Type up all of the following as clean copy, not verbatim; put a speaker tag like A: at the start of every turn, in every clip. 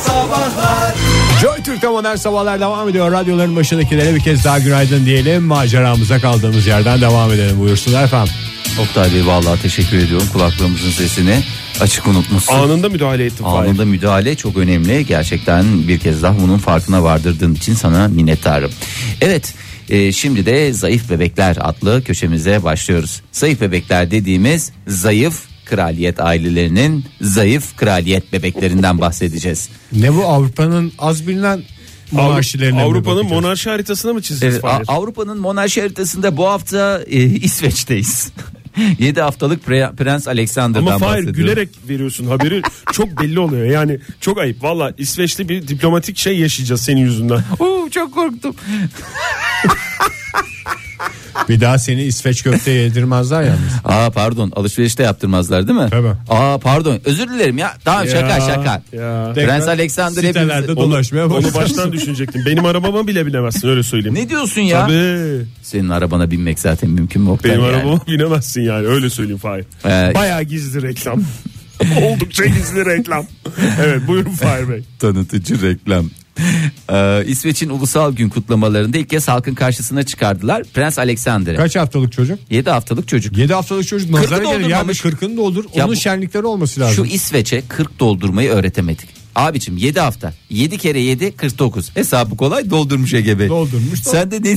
A: Sabahlar.
B: Joy Türk'te modern sabahlar devam ediyor. Radyoların başındakilere bir kez daha günaydın diyelim. Maceramıza kaldığımız yerden devam edelim. Buyursunlar efendim.
C: Oktay Bey vallahi teşekkür ediyorum. Kulaklığımızın sesini açık unutmuşsun.
D: Anında müdahale ettim.
C: Anında müdahale çok önemli. Gerçekten bir kez daha bunun farkına vardırdığın için sana minnettarım. Evet. Şimdi de Zayıf Bebekler adlı köşemize başlıyoruz. Zayıf bebekler dediğimiz zayıf kraliyet ailelerinin zayıf kraliyet bebeklerinden bahsedeceğiz.
B: Ne bu, Avrupa'nın az bilinen monarşilerine
D: Avrupa'nın monarşi haritasına mı çizeceğiz?
C: Evet, Avrupa'nın monarşi haritasında bu hafta İsveç'teyiz. 7 haftalık Prens Alexander'dan bahsediyorum.
D: Ama gülerek veriyorsun haberi. Çok belli oluyor yani, çok ayıp. Valla İsveç'te bir diplomatik şey yaşayacağız senin yüzünden.
C: Çok korktum.
B: Bir daha seni İsveç köfte yedirmezler yalnız.
C: Pardon, alışverişte yaptırmazlar değil mi?
B: Tabii.
C: Pardon, özür dilerim ya. Tamam, şaka.
D: Ya.
C: Prens Alexander
B: sitelerde dolaşmaya
D: onu baştan düşünecektim. Benim arabama bile binemezsin, öyle söyleyeyim.
C: Ne diyorsun ya?
D: Tabii.
C: Senin arabana binmek zaten mümkün mü?
D: Benim arabama binemezsin yani, öyle söyleyeyim Fahir. Bayağı gizli reklam. Oldukça gizli reklam. Evet, buyurun Fahir Bey.
C: Tanıtıcı reklam. İsveç'in ulusal gün kutlamalarında ilk kez halkın karşısına çıkardılar Prens Alexander'ı.
B: Kaç haftalık çocuk?
C: 7 haftalık çocuk.
B: 7 haftalık çocuk nazara gelir. Yani 40'ını doldur.
C: Ya
B: onun şenlikleri olması lazım.
C: Şu İsveç'e 40 doldurmayı öğretemedik. Abicim 7 hafta. 7 kere 7 49. Hesabı kolay, doldurmuş Ege Bey.
B: Doldurmuş.
C: Sen de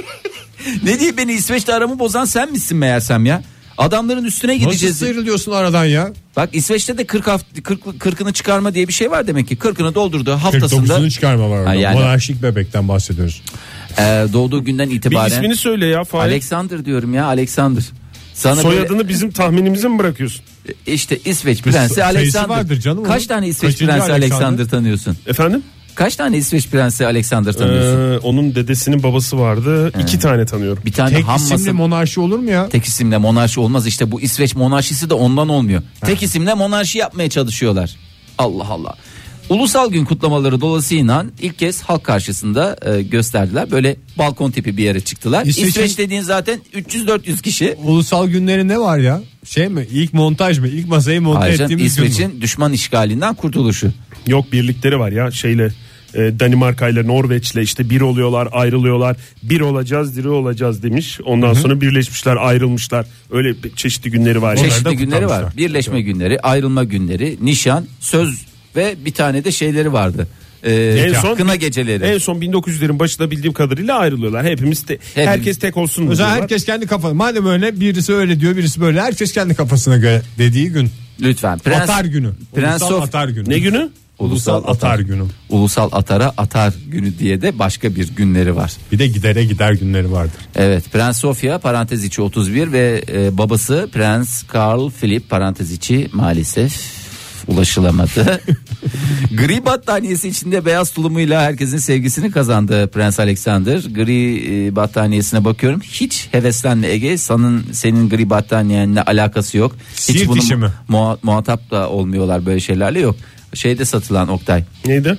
C: ne diye beni İsveç'le aramı bozan sen misin meğersem ya? Adamların üstüne gideceğiz.
B: Nasıl sıyrılıyorsun aradan ya?
C: Bak İsveç'te de 40'ını çıkarma diye bir şey var demek ki. 40'ını doldurduğu haftasında.
B: 49'unu çıkarma var orada.
C: Yani,
B: monarşik bebekten bahsediyoruz.
C: Doğduğu günden itibaren.
D: Bir ismini söyle ya Fahir.
C: Alexander diyorum ya, Alexander. Sana
D: soyadını
C: böyle,
D: bizim tahminimize mi bırakıyorsun?
C: İşte İsveç Prensi Alexander.
B: Vardır canım.
C: Kaç tane İsveç Prensi Alexander tanıyorsun?
D: Efendim?
C: Kaç tane İsveç Prensi Alexander tanıyorsun?
D: Onun dedesinin babası vardı. 2 tane tanıyorum.
C: Bir tane
B: tek isimli monarşi olur mu ya?
C: Tek isimle monarşi olmaz. İşte bu İsveç monarşisi de ondan olmuyor. Tek isimle monarşi yapmaya çalışıyorlar. Allah Allah. Ulusal gün kutlamaları dolayısıyla ilk kez halk karşısında gösterdiler. Böyle balkon tipi bir yere çıktılar. İsveç dediğin zaten 300-400 kişi.
B: Ulusal günleri ne var ya? Şey mi? İlk montaj mı? İlk masayı monte ettiğimiz gün mü?
C: İsveç'in düşman işgalinden kurtuluşu.
D: Yok, birlikleri var ya şeyle. Danimarka ile Norveç'le işte bir oluyorlar, ayrılıyorlar. Bir olacağız, diri olacağız demiş. Ondan sonra birleşmişler, ayrılmışlar. Öyle çeşitli günleri var.
C: Çeşitli günleri var. Birleşme günleri, ayrılma günleri, nişan, söz ve bir tane de şeyleri vardı. Kına geceleri.
D: En son 1900'lerin başında bildiğim kadarıyla ayrılıyorlar. Herkes tek olsun mu diyorlar.
B: Herkes kendi kafasına. Madem öyle, birisi öyle diyor, birisi böyle. Herkes kendi kafasına göre dediği gün.
C: Lütfen.
B: Atar günü. Ulusal Atar günü.
D: Ne günü?
B: Ulusal Atar günü.
C: Ulusal Atara Atar günü diye de başka bir günleri var.
B: Bir de gidere gider günleri vardır.
C: Evet, Prens Sofia parantez içi 31 ve babası Prens Carl Philip parantez içi maalesef ulaşılamadı. Gri battaniyesi içinde beyaz tulumuyla herkesin sevgisini kazandı Prens Alexander. Gri battaniyesine bakıyorum. Hiç heveslenme Ege. Senin gri battaniyenle alakası yok. Hiç
B: Siirt işi mi?
C: Muhatap da olmuyorlar böyle şeylerle, yok. Şeyde satılan Oktay.
D: Neydi?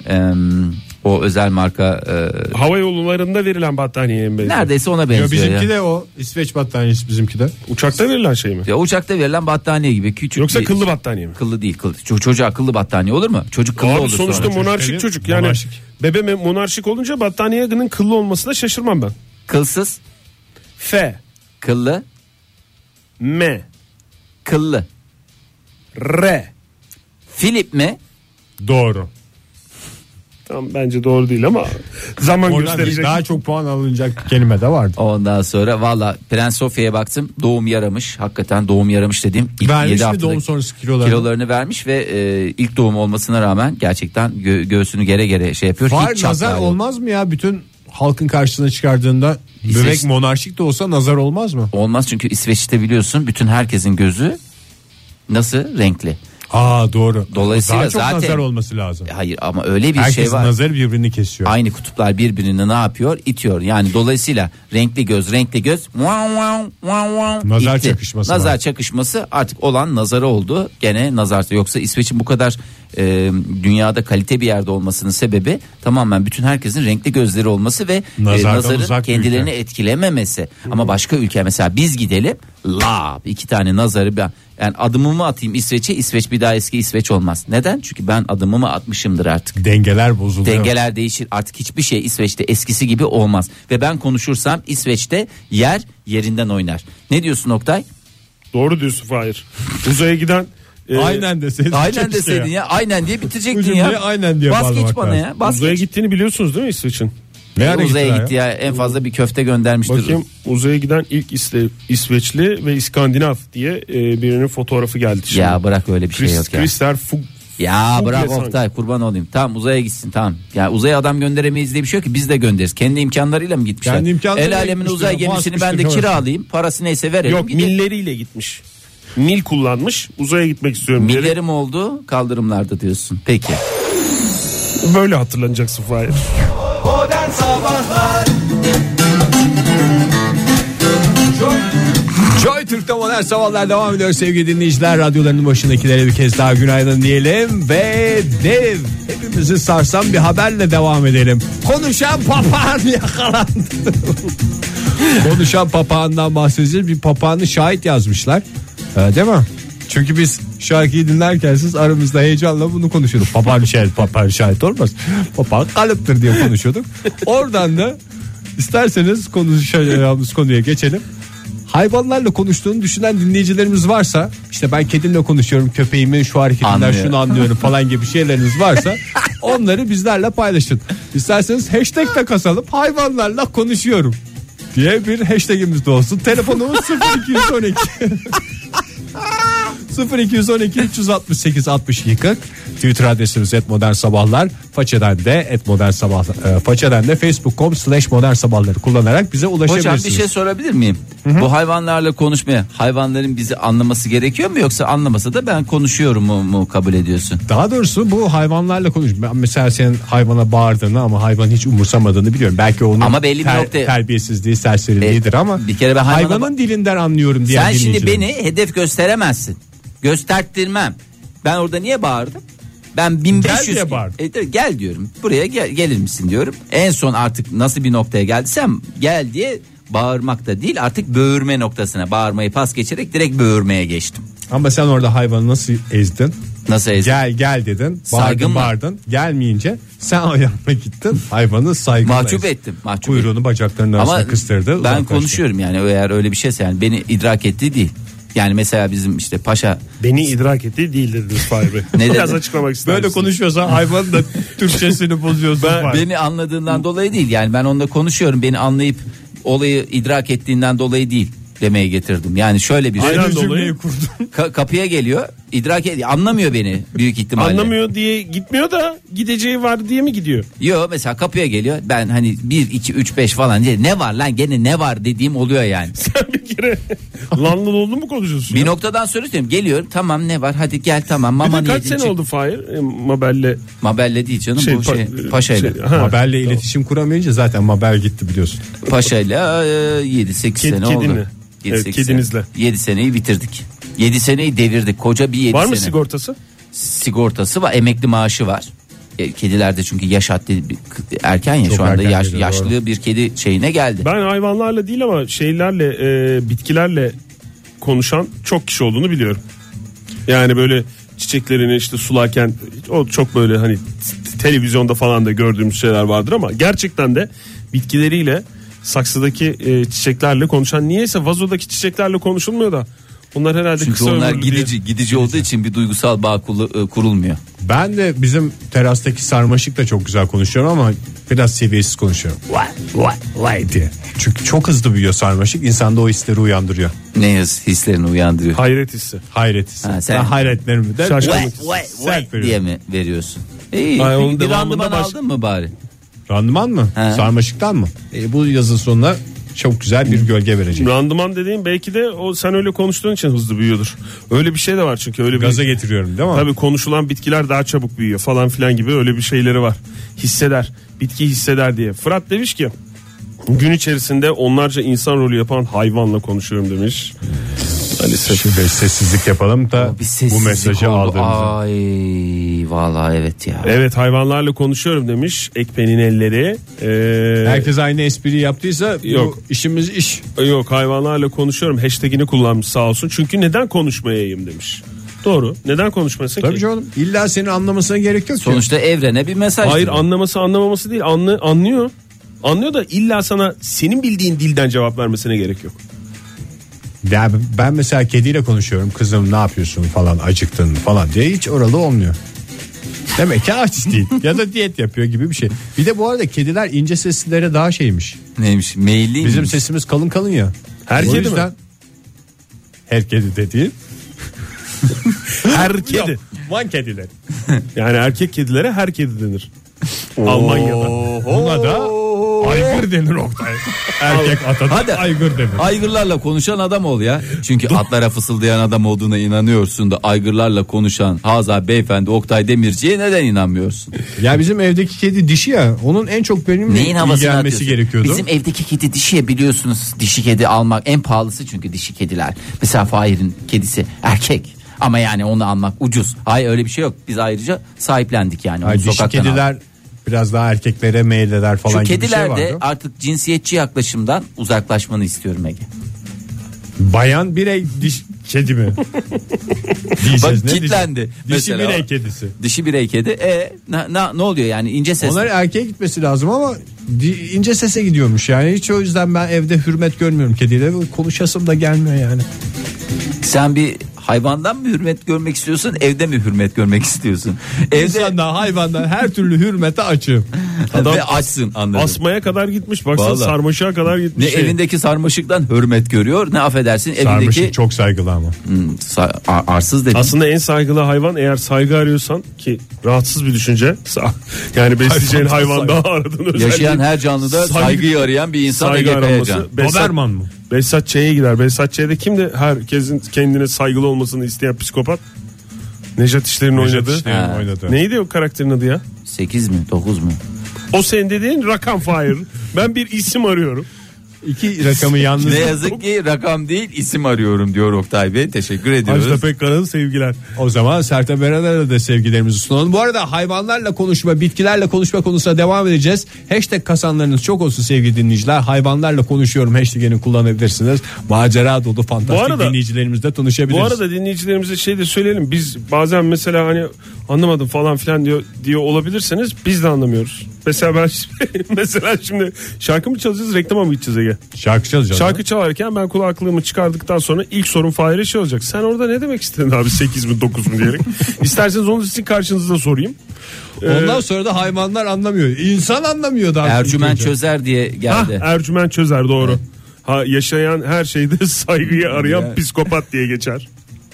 C: O özel marka.
D: Hava yollarında verilen battaniyeye mi benziyor?
C: Neredeyse ona benziyor.
B: Bizimki
C: ya.
B: de o İsveç battaniyesi bizimki de.
D: Uçakta verilen şey mi?
C: Ya uçakta verilen battaniye gibi küçük.
D: Yoksa kıllı battaniye mi?
C: Kıllı değil, kıllı. Çocuğa kıllı battaniye olur mu? Çocuk kıllı olur
D: sonuçta
C: sonra.
D: monarşik çocuk yani.
B: Monarşik.
D: Bebe monarşik olunca battaniyenin kıllı olmasına şaşırmam ben.
C: Kılsız.
D: F.
C: Kıllı.
D: M.
C: Kıllı.
D: R.
C: Philip mi?
B: Doğru.
D: Tamam, bence doğru değil ama zaman gösterecek.
B: Daha çok puan alınacak kelime de vardı.
C: Ondan sonra valla Prens Sofia'ya baktım, doğum yaramış. Hakikaten doğum yaramış dediğim ilk
B: vermiş
C: 7
B: mi
C: haftada
B: doğum sonrası kilolarını
C: vermiş ve ilk doğum olmasına rağmen gerçekten göğsünü gere gere şey yapıyor.
B: Var,
C: hiç
B: nazar
C: yok.
B: olmaz mı ya bütün halkın karşısına çıkardığında? Bebek monarşik de olsa nazar olmaz mı?
C: Olmaz, çünkü İsveç'te biliyorsun bütün herkesin gözü nasıl renkli.
B: Doğru.
C: Dolayısıyla
B: daha çok
C: zaten
B: nazar olması lazım.
C: Hayır, ama öyle bir
B: Herkesin
C: şey var.
B: nazarı birbirini kesiyor.
C: Aynı kutuplar birbirini ne yapıyor? İtiyor. Yani dolayısıyla renkli göz
B: nazar
C: itti.
B: çakışması
C: Nazar
B: var.
C: çakışması artık olan nazarı oldu. Gene nazar. Yoksa İsveç'in bu kadar dünyada kalite bir yerde olmasının sebebi tamamen bütün herkesin renkli gözleri olması ve nazarın kendilerini etkilememesi. Ama başka ülke mesela biz gidelim, iki tane nazarı yani adımımı atayım İsveç'e, İsveç bir daha eski İsveç olmaz. Neden? Çünkü ben adımımı atmışımdır artık.
B: Dengeler bozuluyor.
C: Dengeler değişir. Artık hiçbir şey İsveç'te eskisi gibi olmaz. Ve ben konuşursam İsveç'te yer yerinden oynar. Ne diyorsun Oktay?
D: Doğru diyorsun Fahir. Uzaya giden
B: aynen deseydin.
C: Aynen deseydin ya. Aynen diye bitirecektin ya.
B: Aynen diye
C: bas geç bana ya.
D: Uzaya gittiğini biliyorsunuz değil mi İsveç'in?
C: Uzaya gitti ya. En fazla bir köfte göndermiştir.
D: Bakayım, uzaya giden ilk İsveçli ve İskandinav diye birinin fotoğrafı geldi şimdi.
C: Ya bırak öyle bir şey yok ya.
D: Christer
C: Ya bırak Oktay, kurban olayım. Tamam, uzaya gitsin, tamam. Ya uzaya adam gönderemeyiz diye bir şey yok ki, biz de göndeririz. Kendi imkanlarıyla mı gitmişler? El alemin uzay gemisini ben de kiralayayım. Parası neyse verelim.
D: Yok, milleriyle gitmiş. Mil kullanmış, uzaya gitmek istiyorum.
C: Millerim oldu kaldırımlarda diyorsun. Peki.
D: Böyle hatırlanacaksın Fahir.
A: Modern Sabahlar.
B: Joy Türk'te Modern Sabahlar devam ediyor sevgili dinleyiciler. Radyolarının başındakilere bir kez daha günaydın diyelim ve dev hepimizi sarsan bir haberle devam edelim. Konuşan papağan yakalandı. Konuşan papağandan bahsedeceğiz. Bir papağanı şahit yazmışlar. Değil mi? Çünkü biz şarkıyı dinlerken siz aramızda heyecanla bunu konuşuyorduk. Papağan şahit olmaz. Papağan kalıptır diye konuşuyorduk. Oradan da isterseniz konuşacağımız konuya geçelim. Hayvanlarla konuştuğunu düşünen dinleyicilerimiz varsa, işte ben kedimle konuşuyorum, köpeğimin şu hareketinden şunu anlıyorum falan gibi şeyleriniz varsa onları bizlerle paylaşın. İsterseniz hashtag de kasalım, hayvanlarla konuşuyorum diye bir hashtagimiz de olsun. Telefonumuz 0212 0212 368 62 40. Twitter adresimiz @modernsabahlar. Façeden de @modernsabahlar. Façeden de facebook.com/modernsabahları kullanarak bize ulaşabilirsiniz.
C: Hocam bir şey sorabilir miyim? Hı-hı. Bu hayvanlarla konuşmaya, hayvanların bizi anlaması gerekiyor mu, yoksa anlamasa da ben konuşuyorum mu kabul ediyorsun?
B: Daha doğrusu bu hayvanlarla konuş. Mesela senin hayvana bağırdığını ama hayvan hiç umursamadığını biliyorum. Belki onun
C: ama belli bir nokta
B: terbiyesizliği, serseriliğidir ama
C: bir kere ben
B: hayvanın dilinden anlıyorum diye.
C: Sen şimdi beni hedef gösteremezsin. Gösterttirmem. Ben orada niye bağırdım? Ben 1500
B: gel diye bağırdım.
C: Gel diyorum. Buraya gelir misin diyorum. En son artık nasıl bir noktaya geldiysem gel diye bağırmak da değil, artık böğürme noktasına, bağırmayı pas geçerek direkt böğürmeye geçtim.
B: Ama sen orada hayvanı nasıl ezdin?
C: Nasıl ezdin?
B: Gel dedin.
C: Saygın
B: bağırdın. Gelmeyince sen ayağına gittin. Hayvanı saygınla
C: mahcup ettim.
B: Kuyruğunu bacaklarının arasına kıstırdı.
C: Ben konuşuyorum yani, eğer öyle bir şeyse, yani beni idrak ettiği değil. Yani mesela bizim işte paşa
D: beni idrak ettiği değil dediniz Fahir Bey. Biraz açıklamak ister
B: Böyle konuşuyorsan hayvanın da Türkçesini bozuyorsun.
C: Beni anladığından dolayı değil, yani ben onunla konuşuyorum, beni anlayıp olayı idrak ettiğinden dolayı değil demeye getirdim. Yani şöyle bir
B: cümleyi kurdum.
C: Kapıya geliyor, idrak ediyor, anlamıyor beni büyük ihtimalle.
D: Anlamıyor diye gitmiyor da gideceği var diye mi gidiyor?
C: Yok, mesela kapıya geliyor, ben hani 1 2 3 5 falan diye ne var lan gene ne var dediğim oluyor yani.
D: Sen bir kere lanlı oldu mu konuşuyorsun?
C: Bir noktadan sonra diyorum, geliyorum, tamam ne var, hadi gel, tamam mama
D: kaç sene oldu Fahir?
C: Mabel'le değil canım, bu Paşa'yla.
B: Mabel'le iletişim kuramayınca zaten Mabel gitti biliyorsun.
C: Paşa'yla 7-8 sene oldu.
D: Evet, kedinizle.
C: 7 seneyi bitirdik. 7 seneyi devirdik. Koca bir 7 sene.
D: Var mı sigortası?
C: Sigortası var, emekli maaşı var. Kedilerde çünkü yaş haddi erken ya,
B: çok
C: şu anda yaşlı
B: doğru.
C: Bir kedi şeyine geldi.
D: Ben hayvanlarla değil ama şeylerle, bitkilerle konuşan çok kişi olduğunu biliyorum. Yani böyle çiçeklerini işte sularken, o çok böyle hani televizyonda falan da gördüğümüz şeyler vardır ama gerçekten de bitkileriyle, saksıdaki çiçeklerle konuşan, niyeyse vazodaki çiçeklerle konuşulmuyor da onlar herhalde
C: çünkü
D: kısa
C: onlar
D: ömürlü
C: gidici olduğu için bir duygusal bağ kurulmuyor.
B: Ben de bizim terastaki sarmaşıkla çok güzel konuşuyorum ama biraz seviyesiz konuşuyorum. Vay diye. Çünkü çok hızlı büyüyor sarmaşık, insanda o hisleri uyandırıyor.
C: Ne hislerini uyandırıyor?
D: Hayret hissi.
B: Hayret hissi.
C: Sen
B: hayretlerimi de
C: diye mi veriyorsun? İyi. Bir randıman aldın mı bari?
B: Randıman mı?
C: He.
B: Sarmaşıktan mı? Bu yazın sonuna çok güzel bir gölge verecek.
D: Randıman dediğin belki de o sen öyle konuştuğun için hızlı büyüyordur. Öyle bir şey de var çünkü, öyle bir
B: gaza getiriyorum değil mi?
D: Tabii konuşulan bitkiler daha çabuk büyüyor falan filan gibi öyle bir şeyleri var. Hisseder. Bitki hisseder diye. Fırat demiş ki gün içerisinde onlarca insan rolü yapan hayvanla konuşuyorum demiş. Maalesef.
B: Şimdi sessizlik yapalım da
C: Bir sessizlik
B: bu mesajı
C: oldu.
B: aldığımızda.
C: Ay vallahi evet ya.
D: Evet, hayvanlarla konuşuyorum demiş Ekpen'in elleri.
B: Herkes aynı espri yaptıysa
D: Yok.
B: bu işimiz iş.
D: Yok, hayvanlarla konuşuyorum hashtagini kullanmış sağ olsun. Çünkü neden konuşmayayım demiş. Doğru. Neden konuşmasın
B: Tabii
D: ki?
B: canım. İlla senin anlamasına gerek yok ki.
C: Sonuçta evrene bir mesaj.
D: Hayır,
C: veriyor.
D: anlamaması değil. Anlıyor. Anlıyor da illa sana senin bildiğin dilden cevap vermesine gerek yok.
B: Ya ben mesela kediyle konuşuyorum. Kızım ne yapıyorsun falan, acıktın falan diye hiç oralı olmuyor. Demek ki aç değil ya da diyet yapıyor gibi bir şey. Bir de bu arada kediler ince seslilere daha şeymiş.
C: Neymiş? Meyilliymiş.
B: Bizim sesimiz kalın kalın ya.
D: Her
B: O
D: kedi
B: yüzden
D: mi?
B: her kedi dediğin
D: Her kedi.
B: Van kediler.
D: Yani erkek kedilere her kedi denir. Almanya'da.
B: Ona da aygır denir Oktay. Erkek ata da
C: Hadi.
B: aygır denir.
C: Aygırlarla konuşan adam ol ya. Çünkü atlara fısıldayan adam olduğuna inanıyorsun da aygırlarla konuşan Haza Beyefendi Oktay Demirci'ye neden inanmıyorsun?
B: Ya bizim evdeki kedi dişi ya. Onun en çok benimle
C: Neyin havasını
B: ilgilenmesi
C: atıyorsun?
B: gerekiyordu.
C: Bizim evdeki kedi dişiye biliyorsunuz, dişi kedi almak en pahalısı çünkü dişi kediler. Mesela Fahir'in kedisi erkek. Ama yani onu almak ucuz. Hayır öyle bir şey yok. Biz ayrıca sahiplendik yani.
B: Ay,
C: Onu
B: dişi
C: sokaktan
B: kediler biraz daha erkeklere meyleder
C: Şu
B: falan gibi bir şey
C: kedilerde
B: vardı.
C: artık cinsiyetçi yaklaşımdan uzaklaşmanı istiyorum Ege.
B: Bayan birey diş kedi mi? Diyeceğiz,
C: Bak
B: ne
C: kitlendi.
B: diyeceğiz? Dişi
C: Mesela
B: birey kedisi.
C: Dişi birey kedi. Ne oluyor yani ince ses.
B: Onlar erkeğe gitmesi lazım ama ince sese gidiyormuş yani. Hiç o yüzden ben evde hürmet görmüyorum kediyle. Konuşasım da gelmiyor yani.
C: Sen bir hayvandan mı hürmet görmek istiyorsun, evde mi hürmet görmek istiyorsun? Evde
B: İnsandan hayvandan her türlü hürmete açığım.
D: Adam
C: ve açsın anladım.
D: Asmaya kadar gitmiş. Baksana,
C: Vallahi.
D: sarmaşığa kadar
C: Ne
D: gitmiş.
C: evindeki sarmaşıktan hürmet görüyor, ne affedersin
B: Sarmaşık
C: evindeki
B: çok saygılı ama.
C: arsız dedi.
D: Aslında en saygılı hayvan, eğer saygı arıyorsan, ki rahatsız bir düşünce. Yani besleyeceğin hayvan daha aradığın özelliği.
C: Yaşayan her canlıda saygıyı arayan bir insan Ege Kayacan.
B: Doberman mı?
D: Behzat Ç'ye gider. Behzat Ç'de kimdi herkesin kendine saygılı olmasını isteyen psikopat? Nejat İşler'in oynadığı.
C: Ha.
B: oynadı.
D: Neydi o karakterin adı ya?
C: 8 mi 9 mu?
D: O senin dediğin rakam Fahir. Ben bir isim arıyorum.
B: İki rakamı yalnız.
C: Ne yazık ki rakam değil isim arıyorum diyor Oktay Bey. Teşekkür ediyoruz.
D: Ajda Pekkan'ın sevgiler.
B: O zaman Sertab Erener'e de sevgilerimizi sunalım. Bu arada hayvanlarla konuşma, bitkilerle konuşma konusuna devam edeceğiz. Hashtag kasanlarınız çok olsun sevgili dinleyiciler. Hayvanlarla konuşuyorum hashtagini kullanabilirsiniz. Macera dolu fantastik dinleyicilerimizle tanışabiliriz.
D: Bu arada dinleyicilerimize şey de söyleyelim. Biz bazen mesela hani anlamadım falan filan diyor olabilirseniz biz de anlamıyoruz. Mesela ben mesela şimdi şarkı mı çalacağız, reklama mı gideceğiz Ege?
B: Şarkı çalacağız.
D: Şarkı çalarken ben kulaklığımı çıkardıktan sonra ilk sorun Fahir'e şey olacak. Sen orada ne demek istedin abi 8 mi 9 mu diyerek. İsterseniz onu sizin karşınızda sorayım.
B: Ondan sonra da hayvanlar anlamıyor. İnsan anlamıyor daha.
C: Ercüment
B: önce.
C: çözer diye geldi.
D: Ercüment çözer, doğru. Ha, yaşayan her şeyde saygıyı arayan psikopat diye geçer.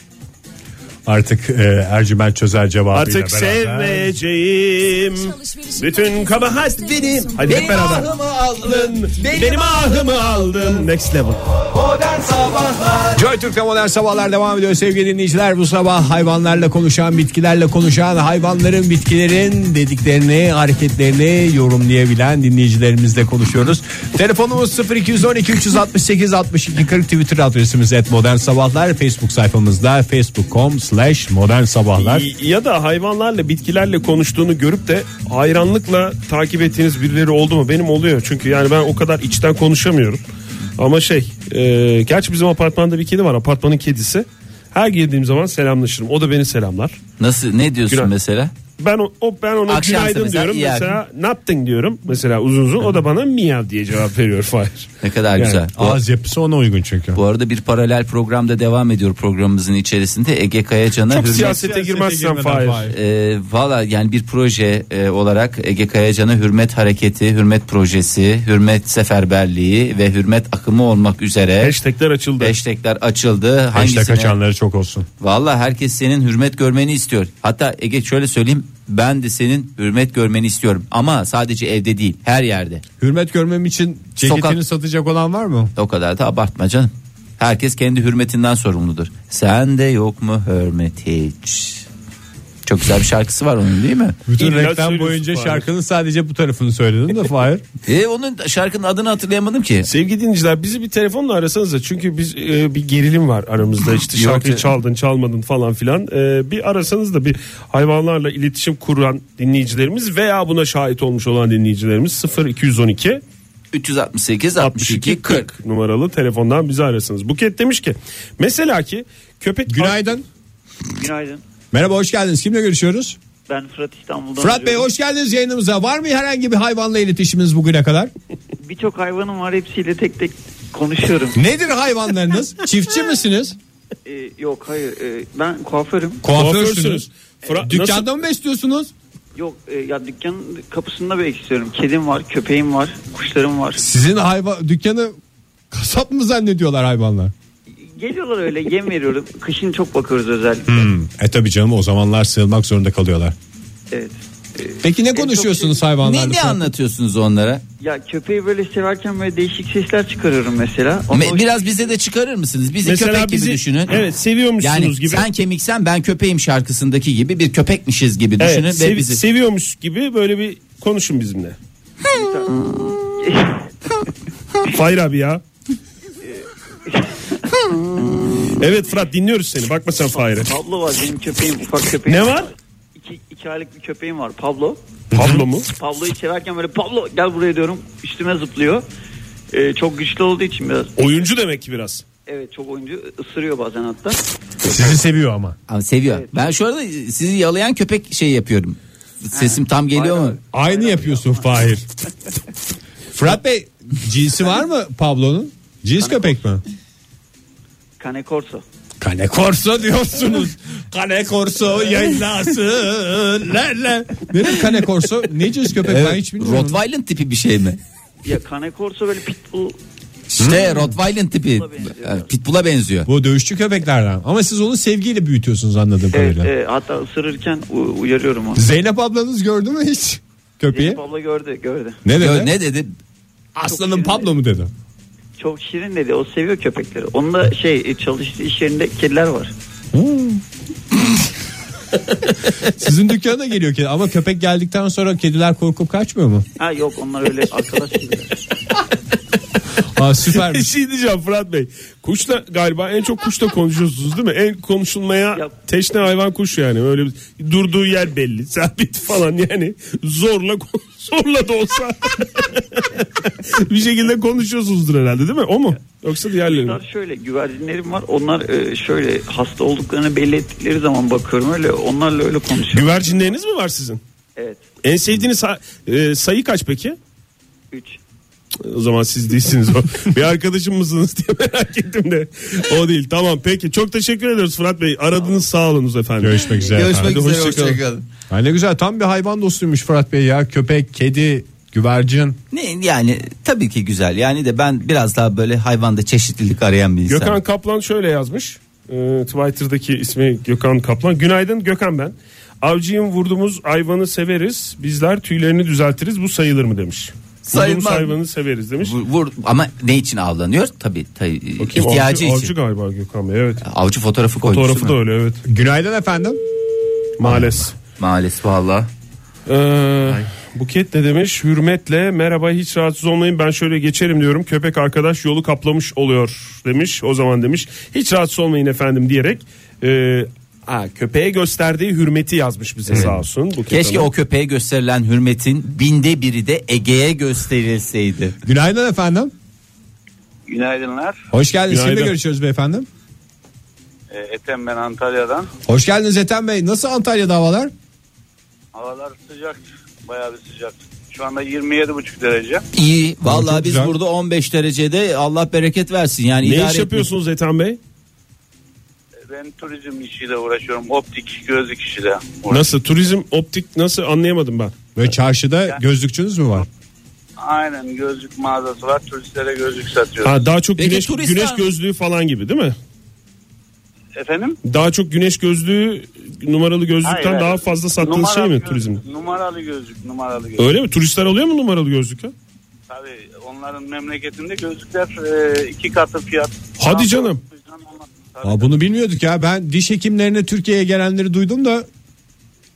B: Artık Ercüment çözer cevabıyla
D: Artık
B: beraber.
D: seveceğim. Bütün kabahat benim. Hadi hep beraber. Benim ahımı aldın. Next level.
A: Modern Sabahlar
B: Joy Türk'te modern sabahlar devam ediyor sevgili dinleyiciler. Bu sabah hayvanlarla konuşan, bitkilerle konuşan, hayvanların, bitkilerin dediklerini, hareketlerini yorumlayabilen dinleyicilerimizle konuşuyoruz. Telefonumuz 0212 368 62 40, Twitter adresimiz @modernsabahlar, Facebook sayfamızda facebook.com/modern sabahlar.
D: Ya da hayvanlarla, bitkilerle konuştuğunu görüp de hayranlıkla takip ettiğiniz birileri oldu mu? Benim oluyor çünkü yani ben o kadar içten konuşamıyorum. Ama gerçi bizim apartmanda bir kedi var, apartmanın kedisi. Her girdiğim zaman selamlaşırım. O da beni selamlar.
C: Nasıl, ne diyorsun
D: Günaydın.
C: mesela?
D: Ben ona
C: Akşamsa
D: günaydın
C: mesela
D: diyorum.
C: iyi
D: Mesela ne yaptın diyorum. Mesela uzun o da bana miyav diye cevap veriyor Fahir.
C: Ne kadar güzel.
B: Ağız yapısı ona uygun çünkü.
C: Bu arada bir paralel programda devam ediyor programımızın içerisinde. Ege Kayacan'a
D: Çok
C: hürmet.
D: siyasete girmezsen Fahir.
C: Valla yani bir proje olarak Ege Kayacan'a hürmet hareketi, hürmet projesi, hürmet seferberliği ve hürmet akımı olmak üzere
D: Hashtagler açıldı.
C: hashtagler açıldı.
B: Hashtag
C: Hangisine?
B: açanları çok olsun.
C: Valla herkes senin hürmet görmeni istiyor. Hatta Ege şöyle söyleyeyim, ben de senin hürmet görmeni istiyorum. Ama sadece evde değil, her yerde.
B: Hürmet görmem için ceketini satacak olan var mı?
C: O kadar da abartma canım. Herkes kendi hürmetinden sorumludur. Sende yok mu hürmet hiç? Çok güzel bir şarkısı var onun, değil mi?
B: Bütün
D: İlla
B: reklam
D: söylüyorsun
B: boyunca
D: Fahir.
B: şarkının sadece bu tarafını söyledin de Fahir.
C: Onun şarkının adını hatırlayamadım ki.
D: Sevgili dinleyiciler, bizi bir telefonla arasanız da, çünkü biz bir gerilim var aramızda, işte şarkıyı
C: Yok.
D: çaldın çalmadın falan filan. Bir arasanız da, bir hayvanlarla iletişim kuran dinleyicilerimiz veya buna şahit olmuş olan dinleyicilerimiz 0212
C: 368 62 40.
D: numaralı telefondan bizi arasınız. Buket demiş ki mesela ki köpek...
B: Günaydın.
E: Günaydın.
B: Merhaba, hoş geldiniz. Kimle görüşüyoruz?
E: Ben Fırat, İstanbul'dan.
B: Fırat Bey,
E: arıyorum.
B: hoş geldiniz yayınımıza. Var mı herhangi bir hayvanla iletişiminiz bugüne kadar?
E: Birçok hayvanım var, hepsiyle tek tek konuşuyorum.
B: Nedir hayvanlarınız? Çiftçi misiniz?
E: Yok, hayır, ben kuaförüm.
B: Kuaförsünüz.
D: Nasıl?
B: Dükkanda mı besliyorsunuz?
E: Yok, ya dükkanın kapısında bekliyorum. Kedim var, köpeğim var, kuşlarım var.
B: Sizin dükkanı kasap mı zannediyorlar hayvanlar?
E: Geliyorlar, öyle yem veriyorum. Kışın çok bakıyoruz özellikle.
B: Tabii canım, o zamanlar sığınmak zorunda kalıyorlar.
E: Evet.
B: Peki ne
E: çok
B: konuşuyorsunuz hayvanlarla?
C: Ne anlatıyorsunuz onlara?
E: Ya köpeği böyle severken böyle değişik sesler çıkarıyorum mesela. Ama
C: Biraz bize de çıkarır mısınız? Bizi
D: Mesela
C: köpek gibi
D: bizi,
C: düşünün.
D: evet, seviyormuşsunuz
C: Yani
D: gibi.
C: sen kemiksen ben köpeğim şarkısındaki gibi bir köpekmişiz gibi düşünün
D: Evet,
C: ve bizi.
D: seviyormuş gibi böyle bir konuşun bizimle. Fahir abi ya. Evet Fırat, dinliyoruz seni. Bakma sen Fahir'e.
E: Pablo var benim köpeğim, ufak köpeğim.
D: Ne var?
E: 2 aylık bir köpeğim var, Pablo.
D: Pablo mu?
E: Pablo'yu severken böyle Pablo gel buraya diyorum, üstüme zıplıyor. Çok güçlü olduğu için biraz.
D: Oyuncu demek ki biraz.
E: Evet, çok oyuncu, ısırıyor bazen hatta.
B: Sizi seviyor ama.
C: Ama seviyor.
E: Evet.
C: Ben şu arada sizi yalayan köpek şey yapıyorum. Sesim tam geliyor mu?
B: Aynı yapıyorsun Fahir. Fırat Bey, cinsi var mı Pablo'nun? Cins köpek mi?
E: Cane Corso.
B: Cane Corso diyorsunuz. Cane Corso yaylası. Lerle. Nedir Cane Corso? Ne cins köpek, ben hiç bilmiyorum.
C: Rottweiler tipi bir şey mi?
E: Ya Cane Corso böyle pitbull.
C: İşte Rottweiler tipi.
E: Pitbull'a benziyor.
C: Evet, Pitbull'a benziyor.
B: Bu dövüşçü köpeklerden. Ama siz onu sevgiyle büyütüyorsunuz anladığım
E: Evet,
B: kadarıyla.
E: hatta ısırırken uyarıyorum onu.
B: Zeynep ablanız gördü mü hiç köpeği?
E: Zeynep abla gördü.
B: Ne dedi?
C: Ne dedi?
B: Aslanım Pablo mu dedi?
E: Çok şirin dedi, o seviyor köpekleri. Onun da çalıştığı iş yerinde kediler var.
B: Sizin dükkana geliyor kedi ama köpek geldikten sonra kediler korkup kaçmıyor mu?
E: Ha yok, onlar öyle arkadaş gibiler.
B: Aa,
D: Bir
B: süpermiş.
D: şey diyeceğim Fırat Bey. Kuşla galiba en çok kuşla konuşuyorsunuz değil mi? En konuşulmaya
E: Ya-
D: teşne hayvan kuş yani. Öyle bir, durduğu yer belli. Sabit falan yani. Zorla da olsa bir şekilde konuşuyorsunuzdur herhalde, değil mi? O mu? Yoksa diğerleri mi?
E: Onlar şöyle, güvercinlerim var. Onlar şöyle hasta olduklarını belli ettikleri zaman bakıyorum, öyle onlarla öyle konuşuyorum.
D: Güvercinleriniz mi var sizin?
E: Evet.
D: En sevdiğiniz sayı kaç peki?
E: 3.
D: O zaman siz değilsiniz o. Bir arkadaşım mısınız diye merak ettim de. O değil. Tamam, peki. Çok teşekkür ediyoruz Fırat Bey. Aradınız, sağ olunuz efendim.
B: Görüşmek üzere.
C: Görüşmek
B: efendim.
C: üzere.
D: hoşça kalın.
C: Hoşçakalın.
B: Ay ne güzel, tam bir hayvan dostuymuş Fırat Bey ya. Köpek, kedi, güvercin.
C: Yani tabii ki güzel. Yani de ben biraz daha böyle hayvanda çeşitlilik arayan bir insan.
D: Gökhan Kaplan şöyle yazmış. Twitter'daki ismi Gökhan Kaplan. Günaydın Gökhan ben. Avcıyım, vurduğumuz hayvanı severiz. Bizler tüylerini düzeltiriz. Bu sayılır mı demiş. Vurduğumuz
C: Sayılmaz.
D: hayvanı severiz demiş.
C: Vur, ama ne için avlanıyor? Tabii
D: Bakayım,
C: ihtiyacı
D: avcı
C: için.
D: galiba Gökhan Bey, evet.
C: Avcı fotoğrafı koymuş.
D: Fotoğrafı da
C: değil mi?
D: öyle, evet.
B: Günaydın efendim.
D: Maalesef.
C: Maalesef valla.
D: Buket ne demiş? Hürmetle merhaba, hiç rahatsız olmayın, ben şöyle geçerim diyorum. Köpek arkadaş yolu kaplamış oluyor demiş. O zaman demiş hiç rahatsız olmayın efendim diyerek köpeğe gösterdiği hürmeti yazmış bize, sağ olsun. Buket
C: Keşke
D: Hanım.
C: o köpeğe gösterilen hürmetin 1/1000'i de Ege'ye gösterilseydi.
B: Günaydın efendim.
F: Günaydınlar.
B: Hoş geldiniz.
D: Günaydın.
B: Kimle görüşüyoruz beyefendi?
F: Ethem ben Antalya'dan.
B: Hoş geldiniz Ethem Bey. Nasıl Antalya'da havalar?
F: Havalar sıcak. Bayağı bir sıcak. Şu anda 27,5 derece.
C: İyi. Vallahi
B: çok
C: biz
B: güzel.
C: burada 15 derecede Allah bereket versin. Yani
D: Ne
C: idare
D: iş yapıyorsunuz Ethem Bey?
F: Ben turizm işiyle uğraşıyorum. Optik gözlük işiyle uğraşıyorum.
D: Nasıl, turizm, optik nasıl, anlayamadım ben.
B: Böyle çarşıda gözlükçünüz mü var?
F: Aynen, gözlük mağazası var. Turistlere gözlük satıyoruz.
D: Ha, daha çok
C: Peki
D: güneş
C: turistler-
D: gözlüğü falan gibi değil mi?
F: Efendim?
D: Daha çok güneş gözlüğü, numaralı gözlükten
F: Hayır,
D: daha
F: hayır.
D: fazla sattığınız şey mi turizmde?
F: Numaralı gözlük.
D: Öyle mi? Turistler alıyor mu numaralı gözlük ya?
F: Tabii onların memleketinde gözlükler 2 katı fiyat.
D: Hadi canım.
F: Tabii.
B: Aa, bunu bilmiyorduk ya. Ben diş hekimlerine Türkiye'ye gelenleri duydum da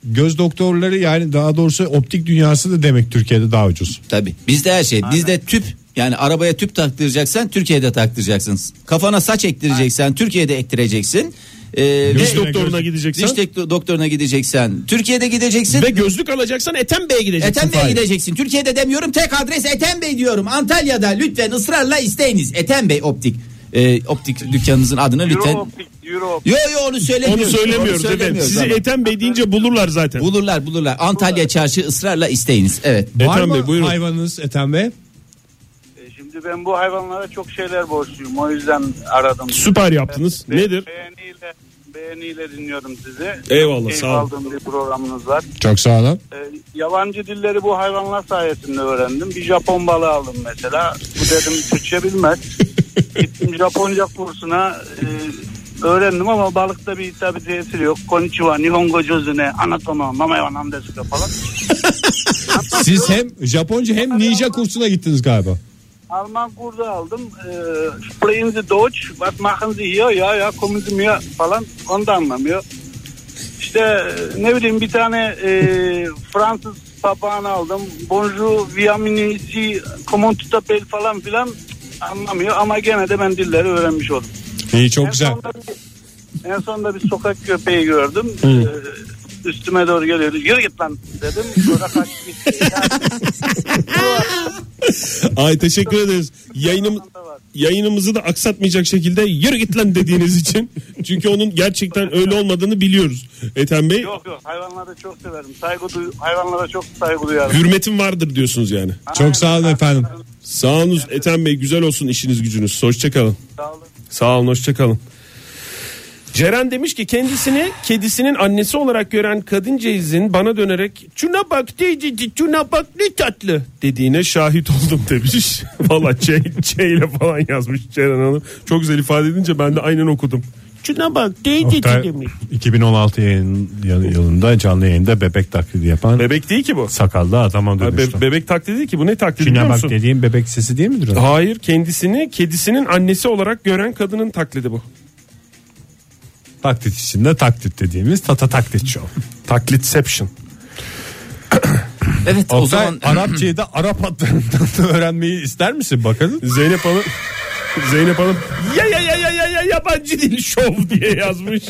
B: göz doktorları, yani daha doğrusu optik dünyası da demek Türkiye'de daha ucuz.
C: Tabii bizde her şey. Bizde tüp, yani arabaya tüp taktıracaksan Türkiye'de taktıracaksın. Kafana saç ektireceksen Türkiye'de ektireceksin.
D: Diş doktoruna gideceksen.
C: Doktoruna gideceksen Türkiye'de gideceksin.
D: Ve gözlük alacaksan Ethem Bey'e gideceksin.
C: Ethem Bey'e gideceksin. Türkiye'de demiyorum, tek adres Ethem Bey diyorum. Antalya'da lütfen ısrarla isteyiniz. Ethem Bey Optik. Optik dükkanınızın adını lütfen. Yo onu söylemiyoruz.
D: Onu söylemiyoruz efendim. Sizi Ethem Bey deyince bulurlar zaten.
C: Bulurlar. Antalya Çarşı, ısrarla isteyiniz. Evet.
B: Var mı
D: Bey, buyurun.
B: hayvanınız Ethem Bey?
F: Şimdi ben bu hayvanlara çok şeyler borçluyum. O yüzden aradım.
D: Süper yaptınız. Nedir?
F: Beğeniyle dinliyorum sizi.
D: Eyvallah,
F: Keyif
D: sağ olun.
F: aldığım bir programınız var.
B: Çok sağ olun.
F: Yabancı dilleri bu hayvanlar sayesinde öğrendim. Bir Japon balığı aldım mesela. Bu dedim Türkçe bilmez. Gittim Japonca kursuna, öğrendim ama balıkta bir tabi tesir yok. Konnichiwa, Nihongo jozune, anatomo, mamaewa namdesu falan.
B: Siz hem Japonca hem ninja kursuna gittiniz galiba.
F: Alman kursu aldım. Sprechen Sie Deutsch, was machen Sie hier? Ya kommen Sie mir falan. Onu da anlamıyor. İşte ne bileyim bir tane Fransız papağanı aldım. Bonjour, viamini, si, comment tu t'appelles falan filan anlamıyor. Ama gene de ben dilleri öğrenmiş oldum.
B: İyi, çok güzel.
F: En sonunda bir sokak köpeği gördüm. Üstüme doğru geliyordu. Yürü git lan dedim. Sonra kaçtı gitti.
D: Ay teşekkür ederiz. Yayınımızı da aksatmayacak şekilde yürü git lan dediğiniz için. Çünkü onun gerçekten öyle olmadığını biliyoruz Ethem Bey.
F: Yok hayvanları çok severim. Hayvanlara çok saygı duyarım.
D: Hürmetim vardır diyorsunuz yani.
B: Çok sağ olun efendim.
D: Sağ olun Ethem Bey, güzel olsun işiniz gücünüz. Hoşçakalın.
F: Sağ olun.
D: Sağ olun, hoşçakalın. Ceren demiş ki kendisini kedisinin annesi olarak gören kadıncağızın bana dönerek "Şuna bak teyzeci, şuna bak ne tatlı" dediğine şahit oldum demiş. Valla Ç ile falan yazmış Ceren Hanım. Çok güzel ifade edince ben de aynen okudum. Şuna bak teyzeci demiş.
B: 2016 yılında canlı yayında bebek taklidi yapan
D: Bebek değil ki bu.
B: sakallı adama dönüştü.
D: Bebek taklidi değil ki, bu ne taklidi
B: Şuna
D: biliyor
B: bak
D: musun?
B: dediğim bebek sesi değil midir?
D: Hayır, kendisini kedisinin annesi olarak gören kadının taklidi bu.
B: Taklit içinde taklit dediğimiz taklit show.
D: Taklitception.
C: Evet o
B: Oktay,
C: zaman
B: Arapçayı da Arap adlarından öğrenmeyi ister misin bakalım?
D: Zeynep Hanım ya yabancı dil şov diye yazmış.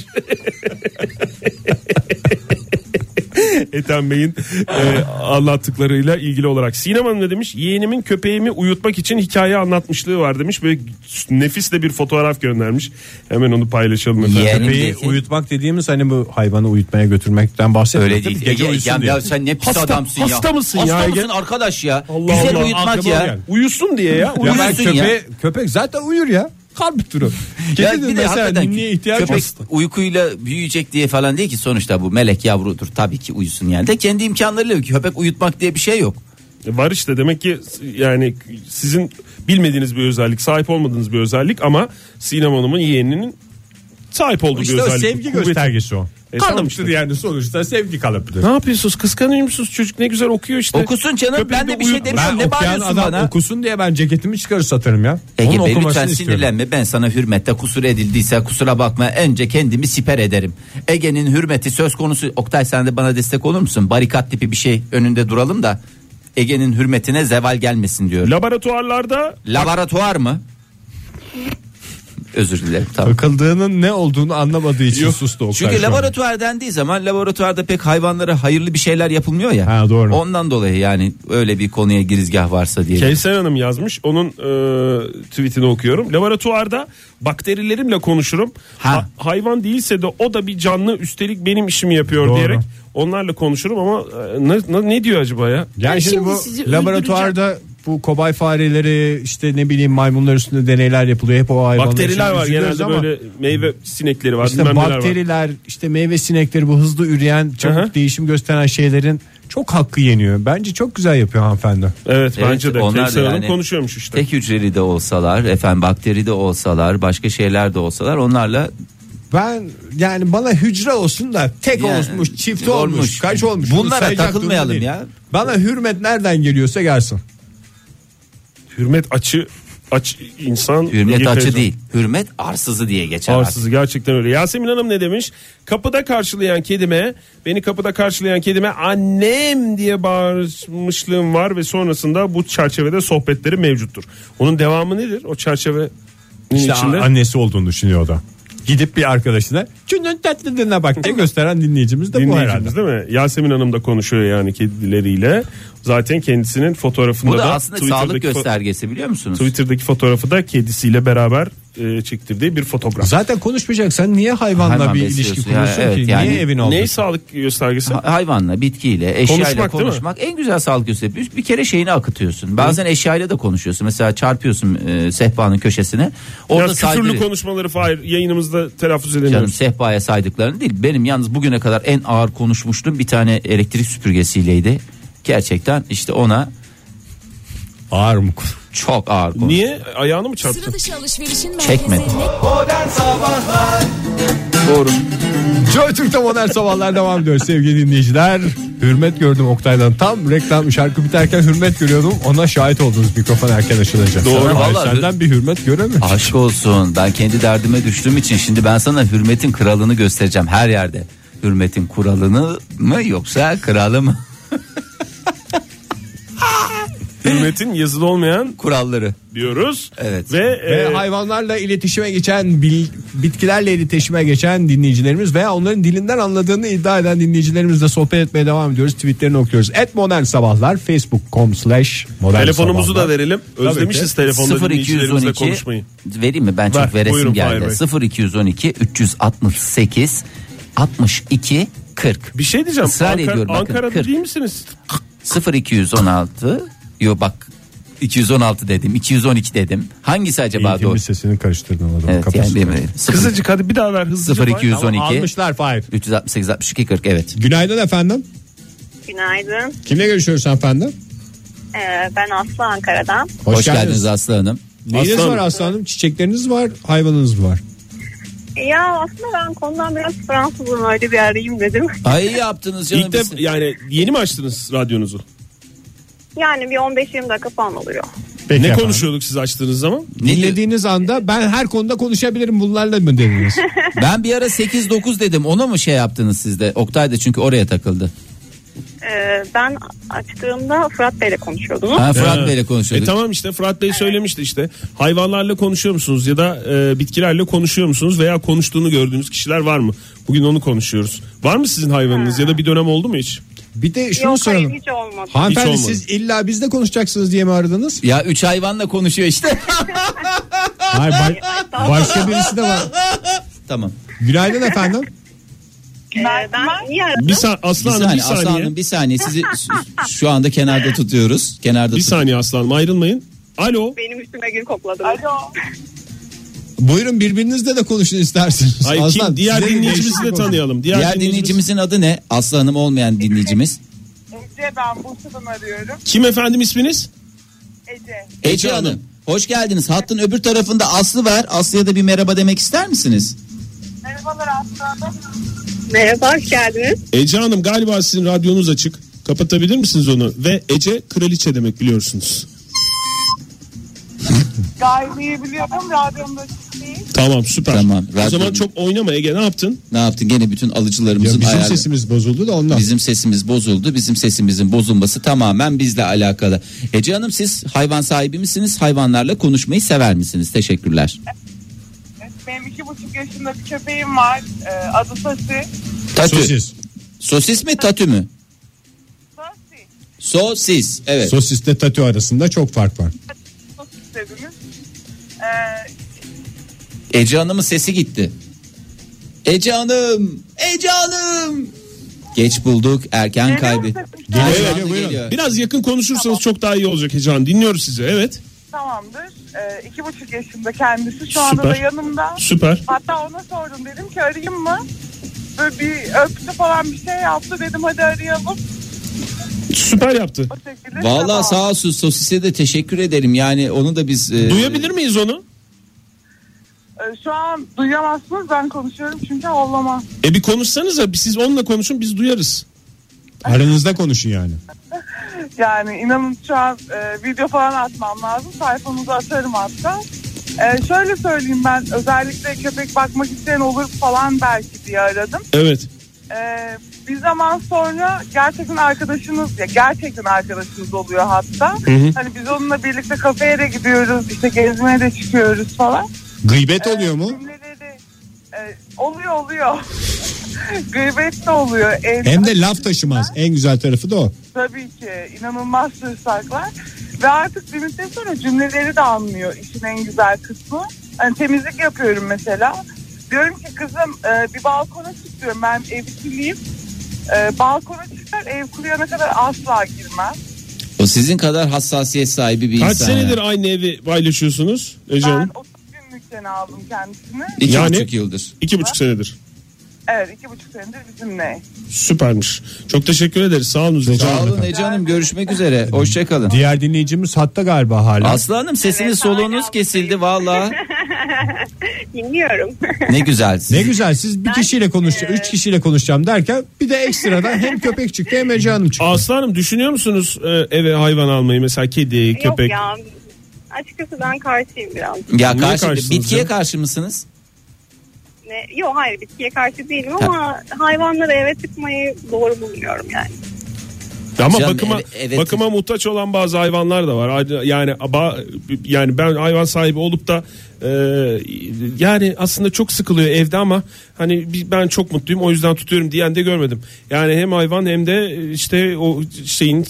D: Ethem Bey'in anlattıklarıyla ilgili olarak. Sinem Hanım ne demiş? Yeğenimin köpeğimi uyutmak için hikaye anlatmışlığı var demiş. Böyle nefis de bir fotoğraf göndermiş. Hemen onu paylaşalım efendim.
C: Yeğenim
B: Köpeği
C: dedi.
B: uyutmak dediğimiz hani bu hayvanı uyutmaya götürmekten bahsetmiyoruz.
C: Öyle değil.
B: Gece uyusun diye.
C: Ya sen ne pis adamsın ya.
D: hasta mısın ya
C: Hasta
D: Ege?
C: mısın arkadaş ya?
D: Allah
C: Güzel
D: Allah,
C: uyutmak
B: aklıma
C: ya.
B: geldi.
D: Uyusun diye ya.
B: Ya ben
C: Uyusun ya.
B: köpek zaten uyur ya. Kalp duru.
C: Ya
B: Kedi de
C: bir de
B: mesela
C: hakikaten
B: ninniye ihtiyaç
C: köpek
B: var.
C: uykuyla büyüyecek diye falan değil ki, sonuçta bu melek yavrudur, tabii ki uyusun yani. De kendi imkanlarıyla köpek uyutmak diye bir şey yok.
D: Var işte, demek ki yani sizin bilmediğiniz bir özellik, sahip olmadığınız bir özellik ama Sinem Hanım'ın yeğeninin sahip olduğu
B: İşte
D: bir
B: o
D: özellik.
B: sevgi
D: Kuvveti.
B: göstergesi o.
D: Tamam
B: Kalıptır
D: işte.
B: yani, sonuçta sevgi kalıptır.
D: Ne yapıyorsunuz? Kıskanıyor musunuz? Çocuk ne güzel okuyor işte.
C: Okusun canım,
D: Köpeği
C: ben de
D: de
C: bir şey
D: uyutma.
C: demiyorum.
B: Ben
C: Ne
B: okuyan
C: bağırıyorsun
B: adam
C: bana?
B: okusun diye ben ceketimi çıkarır satarım ya.
C: Ege
B: Onun
C: Bey
B: okumasını
C: lütfen
B: istiyorum.
C: sinirlenme, ben sana hürmette kusur edildiyse kusura bakma, önce kendimi siper ederim. Ege'nin hürmeti söz konusu. Oktay, sen de bana destek olur musun? Barikat tipi bir şey önünde duralım da Ege'nin hürmetine zeval gelmesin diyorum.
D: Laboratuvarlarda
C: Laboratuvar mı? Özür dilerim, tamam.
B: Takıldığının ne olduğunu anlamadığı için sustu Oktay.
C: Çünkü
B: şu an.
C: laboratuvar dendiği zaman laboratuvarda pek hayvanlara hayırlı bir şeyler yapılmıyor ya.
B: Ha, doğru.
C: Ondan dolayı yani öyle bir konuya girizgah varsa diye.
D: Kevser Hanım yazmış. Onun tweetini okuyorum. Laboratuvarda bakterilerimle konuşurum.
C: Ha.
D: Hayvan değilse de o da bir canlı, üstelik benim işimi yapıyor
B: Doğru.
D: diyerek onlarla konuşurum ama ne diyor acaba ya?
B: Yani şimdi bu laboratuvarda bu kobay fareleri, işte ne bileyim maymunlar üstünde deneyler yapılıyor. Hep o hayvanlar.
D: Bakteriler
B: için
D: var
B: üzülüyoruz
D: genelde,
B: ama
D: böyle meyve sinekleri var.
B: İşte
D: bilmem neler var.
B: bakteriler, işte meyve sinekleri, bu hızlı üreyen, çabuk
D: Aha.
B: değişim gösteren şeylerin çok hakkı yeniyor. Bence çok güzel yapıyor hanımefendi.
D: Evet,
C: Evet,
D: bence de.
C: onlar
D: Kevser
C: da
D: Hanım
C: yani
D: konuşuyormuş işte.
C: Tek hücreli de olsalar, efendim bakteri de olsalar, başka şeyler de olsalar onlarla
B: Ben yani bana hücre olsun da tek
C: Yani,
B: olmuş, çift
C: olmuş.
B: olmuş, kaç olmuş.
C: Bunlara
B: Bunu sayacak
C: takılmayalım
B: durumda değil.
C: ya.
B: Bana hürmet nereden geliyorsa gelsin.
D: Hürmet açı insan.
C: Hürmet açı değil. Hürmet arsızı diye geçer.
D: Arsızı gerçekten öyle. Yasemin Hanım ne demiş? Beni kapıda karşılayan kedime annem diye bağırmışlığım var ve sonrasında bu çerçevede sohbetleri mevcuttur. Onun devamı nedir? O çerçevenin
B: İşte
D: içinde.
B: annesi olduğunu düşünüyor o da. Gidip bir arkadaşına şunun tatlılığına bak diye gösteren dinleyicimiz de bu herhalde.
D: Değil mi? Yasemin Hanım da konuşuyor yani kedileriyle. Zaten kendisinin fotoğrafında
C: Bu da
D: da
C: aslında sağlık göstergesi, biliyor musunuz?
D: Twitter'daki fotoğrafı da kedisiyle beraber çektirdiği bir fotoğraf.
B: Zaten konuşmayacaksan niye hayvanla
C: Hayvan
B: bir ilişki
C: besliyorsun
B: kuruyorsun
C: ya, evet,
B: ki?
C: yani
B: Niye evin oldu?
D: Neyi sağlık göstergesi?
C: Hayvanla, bitkiyle, eşyayla
D: Konuşmak
C: en güzel sağlık göstergesi. Bir kere şeyini akıtıyorsun. Bazen eşyayla da konuşuyorsun. Mesela çarpıyorsun sehpanın köşesine. Orada
D: Biraz küfürlü konuşmaları Fahir yayınımızda telaffuz edemiyoruz.
C: Canım, sehpaya saydıklarını değil. Benim yalnız bugüne kadar en ağır konuşmuştum bir tane elektrik süpürgesiyleydi. Gerçekten işte ona
B: Ağır mı?
C: çok ağır konuştum.
D: Niye? Ayağını mı çarptı?
G: Sıra dışı alışverişin
C: Çekmedi.
G: merkezinde
A: Modern Sabahlar
C: Doğru.
B: Joy Türk'te modern sabahlar devam ediyor sevgili dinleyiciler. Hürmet gördüm Oktay'dan. Tam reklam şarkı biterken hürmet görüyordum. Ona şahit oldunuz mikrofon erken açılınca.
C: Doğru,
B: Sana
C: vallahi.
B: senden bir hürmet göremiyorum.
C: Aşk olsun, ben kendi derdime düştüğüm için şimdi ben sana hürmetin kralını göstereceğim her yerde. Hürmetin kuralını mı yoksa kralı mı?
D: Hürmetin yazılı olmayan
C: Kuralları.
D: diyoruz.
C: Evet.
B: Ve hayvanlarla iletişime geçen, bitkilerle iletişime geçen dinleyicilerimiz veya onların dilinden anladığını iddia eden dinleyicilerimizle sohbet etmeye devam ediyoruz. Tweetlerini okuyoruz. @modern sabahlar facebook.com/modern
D: telefonumuzu
B: sabahlar.
D: da verelim. Özlemişiz telefonda dinleyicilerimizle konuşmayı.
C: Vereyim mi? Ben çok
D: Ver,
C: veresim
D: buyurun
C: geldi. 0212 368 62 40.
D: Bir şey diyeceğim.
C: Israr ediyorum, bakın,
D: Ankara'da
C: 40.
D: değil misiniz?
C: 0216 Yo bak 216 dedim, 212 dedim. Hangisi acaba
B: İlkin
C: doğru?
B: bir sesini karıştırdın adamın
C: Evet,
B: kafasında.
C: yani
D: Kısacık hadi bir daha ver hızlıca.
C: 0212
B: Almışlar Fahir.
C: 368 62 40 evet.
B: Günaydın efendim.
H: Günaydın.
B: Kimle görüşüyoruz efendim?
H: Ben Aslı Ankara'dan.
C: Hoş geldiniz Aslı Hanım.
B: Neyiniz
D: Aslan.
B: var aslanım? Çiçekleriniz var, hayvanınız mı var?
H: Ya aslında ben konudan biraz Fransızım, öyle bir arayayım dedim.
C: Ay iyi yaptınız canım.
D: İlk de yani yeni mi açtınız radyonuzu?
H: Yani bir 15-20 dakika falan oluyor.
B: Peki
D: Ne
B: efendim.
D: konuşuyorduk siz açtığınız zaman?
B: Dinlediğiniz anda ben her konuda konuşabilirim bunlarla mı dediniz?
C: Ben bir ara 8-9 dedim, ona mı şey yaptınız siz de? Oktay da çünkü oraya takıldı.
H: Ben açtığımda Fırat Bey'le konuşuyordum.
C: Ha, Fırat Bey'le konuşuyorduk.
D: Tamam işte Fırat Bey söylemişti işte. Hayvanlarla konuşuyor musunuz ya da bitkilerle konuşuyor musunuz veya konuştuğunu gördüğünüz kişiler var mı? Bugün onu konuşuyoruz. Var mı sizin hayvanınız ya da bir dönem oldu mu hiç?
B: Bir de şunu
H: Yok,
B: soralım.
H: hayır, hiç olmadı.
B: Hanımefendi
D: Hiç olmadı.
B: siz illa bizle konuşacaksınız diye mi aradınız?
C: Ya 3 hayvanla konuşuyor işte.
B: Hayır başka birisi de var.
C: Tamam.
B: Günaydın efendim.
H: Ben niye aradım?
D: Aslı
C: Bir
D: Hanım
C: saniye,
D: bir saniye.
C: Aslı Hanım bir saniye, sizi şu anda kenarda tutuyoruz. Kenarda
D: Bir saniye Aslı Hanım ayrılmayın. Alo.
H: Benim üstüme gül kokladınız. Alo.
B: Buyurun birbirinizle de konuşun isterseniz.
D: Ay,
B: Aslan,
D: diğer
B: size
D: dinleyicimizi
B: değişiklik
D: de
B: olsun.
D: tanıyalım.
C: Diğer dinleyicimizin adı ne? Aslı Hanım olmayan dinleyicimiz.
I: Ece, ben Bursa'dan arıyorum.
D: Kim efendim isminiz?
I: Ece.
C: Ece Hanım. Hoş geldiniz. Hattın öbür tarafında Aslı var. Aslı'ya da bir merhaba demek ister misiniz?
I: Merhabalar Aslı Hanım.
H: Merhaba, hoş geldiniz.
D: Ece Hanım galiba sizin radyonuz açık. Kapatabilir misiniz onu? Ve Ece kraliçe demek biliyorsunuz.
I: Gayet iyi biliyorum. Radyomda değil.
D: Tamam süper.
C: Tamam,
D: O zaman
C: radyo-
D: çok oynama Ege, ne yaptın?
C: Ne yaptın? Gene bütün
B: Ya
C: alıcılarımızın
B: bizim
C: ayarı.
B: sesimiz bozuldu da ondan.
C: Bizim sesimiz bozuldu. Bizim sesimizin bozulması tamamen bizle alakalı. Ece Hanım, siz hayvan sahibi misiniz? Hayvanlarla konuşmayı sever misiniz? Teşekkürler.
I: Benim 2,5 yaşında bir köpeğim var. Adı Sasi.
C: Tatü.
B: Sosis.
C: Sosis mi tatü mü?
I: Sasi.
C: Sosis. Evet.
B: Sosisle tatü arasında çok fark var.
I: Sasi dediniz.
C: Ece Hanım'ın sesi gitti. Ece Hanım. Ece Hanım. Geç bulduk, erken kaybettik.
B: Geliyor,
C: Şu anda
B: geliyor, buyurun.
C: geliyor.
D: Biraz yakın konuşursanız çok daha iyi olacak Ece Hanım. Dinliyoruz sizi, evet.
I: Tamamdır. 2,5 yaşında kendisi. Şu anda
D: Süper.
I: da yanımda.
D: Süper.
I: Hatta ona sordum, dedim ki arayayım mı? Böyle bir öptü falan, bir şey yaptı, dedim hadi arayalım.
D: Süper yaptı.
I: O şekilde.
C: Vallahi
I: tamam.
C: sağ olsun, Sosis'e de teşekkür ederim. Yani onu da biz...
D: Duyabilir miyiz onu?
I: Şu an duyamazsınız, ben konuşuyorum çünkü havlamaz.
D: Bir konuşsanıza, siz onunla konuşun, biz duyarız.
B: Aranızda konuşun yani.
I: Yani inanın şu an video falan atmam lazım. Sayfamıza atarım hatta. Şöyle söyleyeyim, ben özellikle köpek bakmak isteyen olur falan belki diye aradım.
D: Evet.
I: Bir zaman sonra gerçekten arkadaşınız oluyor hatta. Hani biz onunla birlikte kafeye de gidiyoruz, işte gezmeye de çıkıyoruz falan.
B: Gıybet oluyor mu?
I: Cümleleri oluyor. Gıybet de oluyor.
B: Hem de laf taşımaz. En güzel tarafı da o.
I: Tabii ki inanılmaz sırsaklar. Ve artık bir müddet sonra cümleleri de anlıyor, işin en güzel kısmı. Hani temizlik yapıyorum mesela. Diyorum ki kızım bir balkona çık diyorum, ben ev kirliyim. Balkona çıkar, ev kuruyana kadar asla girmez.
C: O sizin kadar hassasiyet sahibi bir
D: Kaç
C: insan.
D: senedir aynı evi paylaşıyorsunuz Ece
I: Ben
D: Hanım?
I: 30 günlük sene aldım kendisini.
C: 2,5 yıldır.
D: 2,5 senedir.
I: Evet, 2,5 senedir bizimle.
D: Süpermiş. Çok teşekkür ederiz. Sağ olun.
C: Sağ olun Ece Hanım, görüşmek üzere. Hoşçakalın.
B: Diğer dinleyicimiz hatta galiba hala.
C: Aslı Hanım, sesiniz
H: Evet,
C: soluğunuz
H: hala
C: kesildi valla.
H: Dinliyorum.
C: Ne güzel.
B: Ne güzel, siz bir kişiyle konuşacağım, 3 kişiyle konuşacağım derken bir de ekstradan hem köpek çıktı hem Ece Hanım çıktı.
D: Aslı Hanım, düşünüyor musunuz eve hayvan almayı, mesela kedi, köpek?
H: Yok ya. Açıkçası ben karşıyım biraz.
C: Ya
D: Niye karşısınız
C: bitkiye
D: ya?
C: karşı mısınız?
H: Yok hayır, bitkiye karşı değilim ama hayvanları eve tıkmayı doğru bulmuyorum yani.
D: Ama
C: Canım,
D: bakıma muhtaç olan bazı hayvanlar da var. Yani ben hayvan sahibi olup da yani aslında çok sıkılıyor evde ama hani ben çok mutluyum, o yüzden tutuyorum diyen de görmedim. Yani hem hayvan hem de işte o şeyin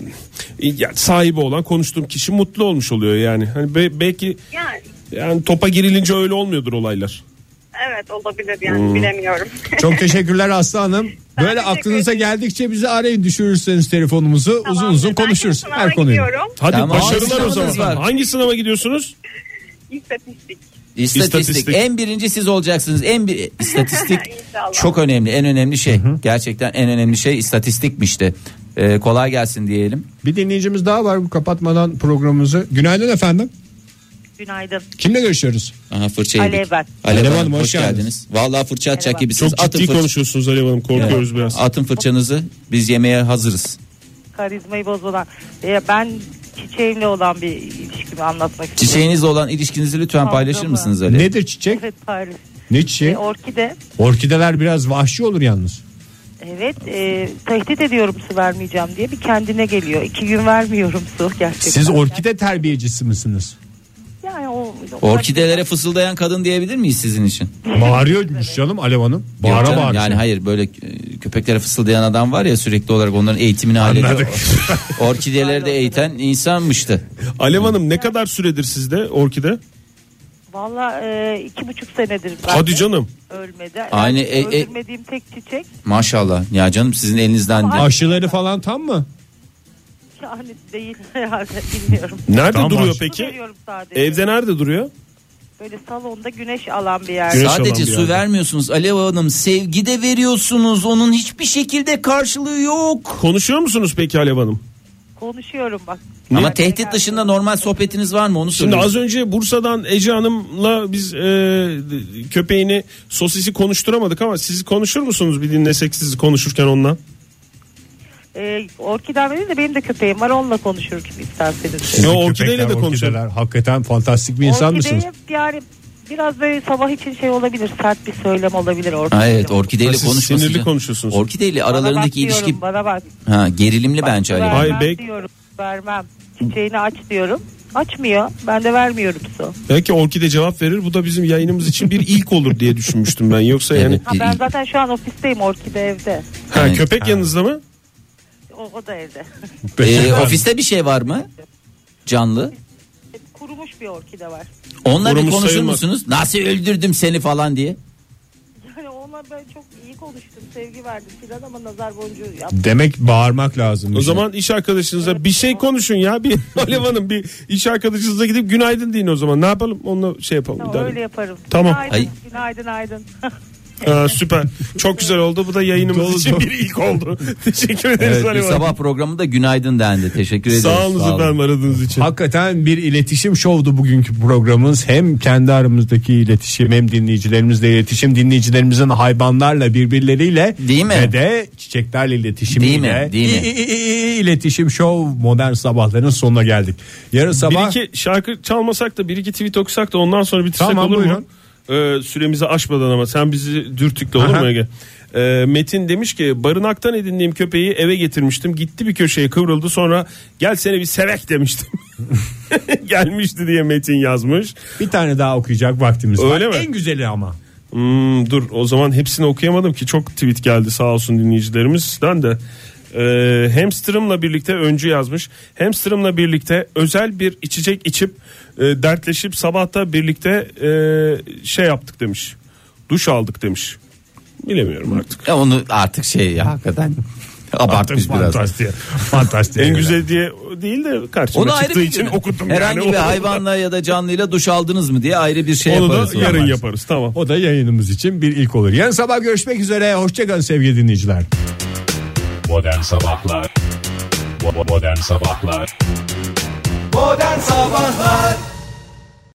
D: sahibi olan, konuştuğum kişi mutlu olmuş oluyor yani. Hani belki yani topa girilince öyle olmuyordur olaylar.
H: Evet, olabilir yani, bilemiyorum.
B: Çok teşekkürler Aslı Hanım. Böyle
H: teşekkür
B: aklınıza
H: ederim.
B: geldikçe bizi arayın, düşürürseniz telefonumuzu.
H: Tamam,
B: uzun uzun
H: ben
B: konuşuruz
H: sınava
B: her konuyu.
H: gidiyorum.
D: Hadi
C: Tamam,
D: başarılar o
C: sınavınız
D: zaman.
C: var.
D: Hangi sınava gidiyorsunuz?
H: İstatistik.
C: İstatistik. En birinci siz olacaksınız. İstatistik
H: İnşallah.
C: çok önemli. En önemli şey. Gerçekten en önemli şey istatistikmiş de. Kolay gelsin diyelim.
B: Bir dinleyicimiz daha var bu kapatmadan programımızı. Günaydın efendim.
G: Günaydın.
B: Kimle görüşüyoruz?
C: Aha, fırça yedik.
G: Alev ben.
C: Alev Hanım,
B: hoş
C: hoş geldiniz. Vallahi fırça atacak
G: Merhaba.
C: gibisiniz.
D: Çok ciddi konuşuyorsunuz Alev Hanım, korkuyoruz biraz.
C: Atın fırçanızı, biz yemeğe hazırız.
G: Karizmayı bozmadan. Ben çiçeğimle olan bir ilişkimi anlatmak istiyorum.
C: Çiçeğinizle olan ilişkinizi lütfen
G: Tamam,
C: paylaşır
G: tamam.
C: mısınız Alev?
B: Nedir çiçek?
G: Evet, Paris.
B: Ne çiçeği?
G: Orkide.
B: Orkideler biraz vahşi olur yalnız.
G: Evet, tehdit ediyorum su vermeyeceğim diye, bir kendine geliyor. 2 gün vermiyorum su gerçekten.
B: Siz orkide terbiyecisi misiniz?
G: Yani
C: Orkidelere fısıldayan kadın diyebilir miyiz sizin için?
B: Bağırıyormuş canım Alev Hanım.
C: Yok
B: Bağıra
C: canım,
B: bağıra.
C: yani hayır, böyle köpeklere fısıldayan adam var ya, sürekli olarak onların eğitimini hallediyor.
B: Anladık.
C: Orkideleri de eğiten insanmıştı.
D: Alev Hanım, ne kadar süredir sizde orkide?
G: Valla 2,5 senedir.
D: Hadi canım.
G: Ölmedi.
C: Aynı,
G: öldürmediğim tek çiçek.
C: Maşallah. Ya canım, sizin elinizden
G: Ama
C: de.
B: Aşıları falan tam mı?
G: Yani değil herhalde, bilmiyorum.
D: Nerede
B: Tamam,
D: duruyor
B: aşk.
G: Su
D: peki?
G: veriyorum sadece.
D: Evde nerede duruyor?
G: Böyle salonda güneş alan bir yerde.
D: Güneş
C: Sadece
D: alan bir
C: su
D: yerde.
C: vermiyorsunuz Alev Hanım, sevgi de veriyorsunuz. Onun hiçbir şekilde karşılığı yok.
D: Konuşuyor musunuz peki Alev Hanım?
G: Konuşuyorum bak.
C: Ama tehdit dışında normal sohbetiniz var mı, onu
D: Şimdi
C: soruyorum.
D: az önce Bursa'dan Ece Hanım'la biz köpeğini, sosisi konuşturamadık ama siz konuşur musunuz, bir dinlesek sizi konuşurken onunla?
G: Orkiden değil de benim de köpeğim var, onunla konuşurum isterseniz.
D: Yo, orkideyle de konuşalım.
B: Orkideler hakikaten fantastik bir insan mısınız?
G: Orkideye yani biraz böyle sabah için şey olabilir, sert bir söylem olabilir orkide.
C: Ha, evet, orkideyle
D: Siz
C: konuşması.
D: sinirli konuşuyorsunuz.
C: Orkideyle
G: Bana bak
C: aralarındaki
G: diyorum,
C: ilişki
G: bana bak.
C: gerilimli bence Alev Hanım.
D: Hayır,
G: Vermem diyorum, vermem. Çiçeğini aç diyorum. Açmıyor. Ben de vermiyorum su.
D: Belki orkide cevap verir, bu da bizim yayınımız için bir ilk olur diye düşünmüştüm ben. Yoksa yani.
C: Evet.
G: Ben zaten şu an ofisteyim, orkide evde.
D: Ha,
C: Evet.
D: köpek yanınızda mı?
G: O da evde.
C: Ofiste bir şey var mı? Canlı.
G: Kurumuş bir orkide var.
C: Onunla bir
D: Korumuş
C: konuşur
D: sayılmaz.
C: musunuz? Nasıl öldürdüm seni falan diye.
G: Yani ona ben çok iyi konuştum, sevgi verdim filan ama nazar boncuğu yaptım.
B: Demek bağırmak lazım.
D: O zaman iş arkadaşınıza bir şey konuşun ya. Bir Alev Hanım, bir iş arkadaşınıza gidip günaydın deyin o zaman. Ne yapalım? Onunla şey yapalım.
G: Tamam,
D: idare
G: öyle
D: edelim.
G: yaparım.
D: Tamam.
G: Günaydın,
C: Ay.
G: günaydın.
D: Süper. Çok güzel oldu. Bu da yayınımız için bir ilk oldu. Teşekkür ederiz.
C: Evet, bir sabah programında günaydın dendi. Teşekkür ederiz.
D: Sağ olun efendim aradığınız için.
B: Hakikaten bir iletişim şovdu bugünkü programımız. Hem kendi aramızdaki iletişim, hem dinleyicilerimizle iletişim, dinleyicilerimizin hayvanlarla birbirleriyle
C: değil mi?
B: Ve de çiçeklerle iletişimiyle.
C: Değil mi?
B: İletişim şov modern sabahların sonuna geldik. Yarın sabah
D: bir iki şarkı çalmasak da bir iki tweet okusak da ondan sonra bitirsek
B: Tamam,
D: olur
B: buyurun.
D: mu? Süremizi aşmadan ama sen bizi dürtük de olur mu Ege? Metin demiş ki barınaktan edindiğim köpeği eve getirmiştim. Gitti bir köşeye kıvrıldı, sonra gel seni bir sevek demiştim. Gelmişti diye Metin yazmış.
B: bir tane daha okuyacak vaktimiz var.
D: Öyle mi?
B: En güzeli ama.
D: Dur o zaman hepsini okuyamadım ki çok tweet geldi sağ olsun dinleyicilerimizden de. Hamsterımla birlikte öncü yazmış. Hamsterımla birlikte özel bir içecek içip dertleşip sabahta birlikte şey yaptık demiş. Duş aldık demiş. Bilemiyorum artık.
C: Ya onu artık hakikaten abartmış biraz.
B: Fantastik.
D: En güzel diye değil de karşıma çıktığı için okudum.
C: Herhangi
D: yani.
C: bir hayvanla ya da canlıyla duş aldınız mı diye ayrı bir şey
D: Onu
C: yaparız.
D: da yarın yaparız, tamam.
B: O da yayınımız için bir ilk olur. Yarın sabah görüşmek üzere. Hoşçakalın sevgili dinleyiciler.
J: Modern Sabahlar. Modern Sabahlar.
A: Modern Sabahlar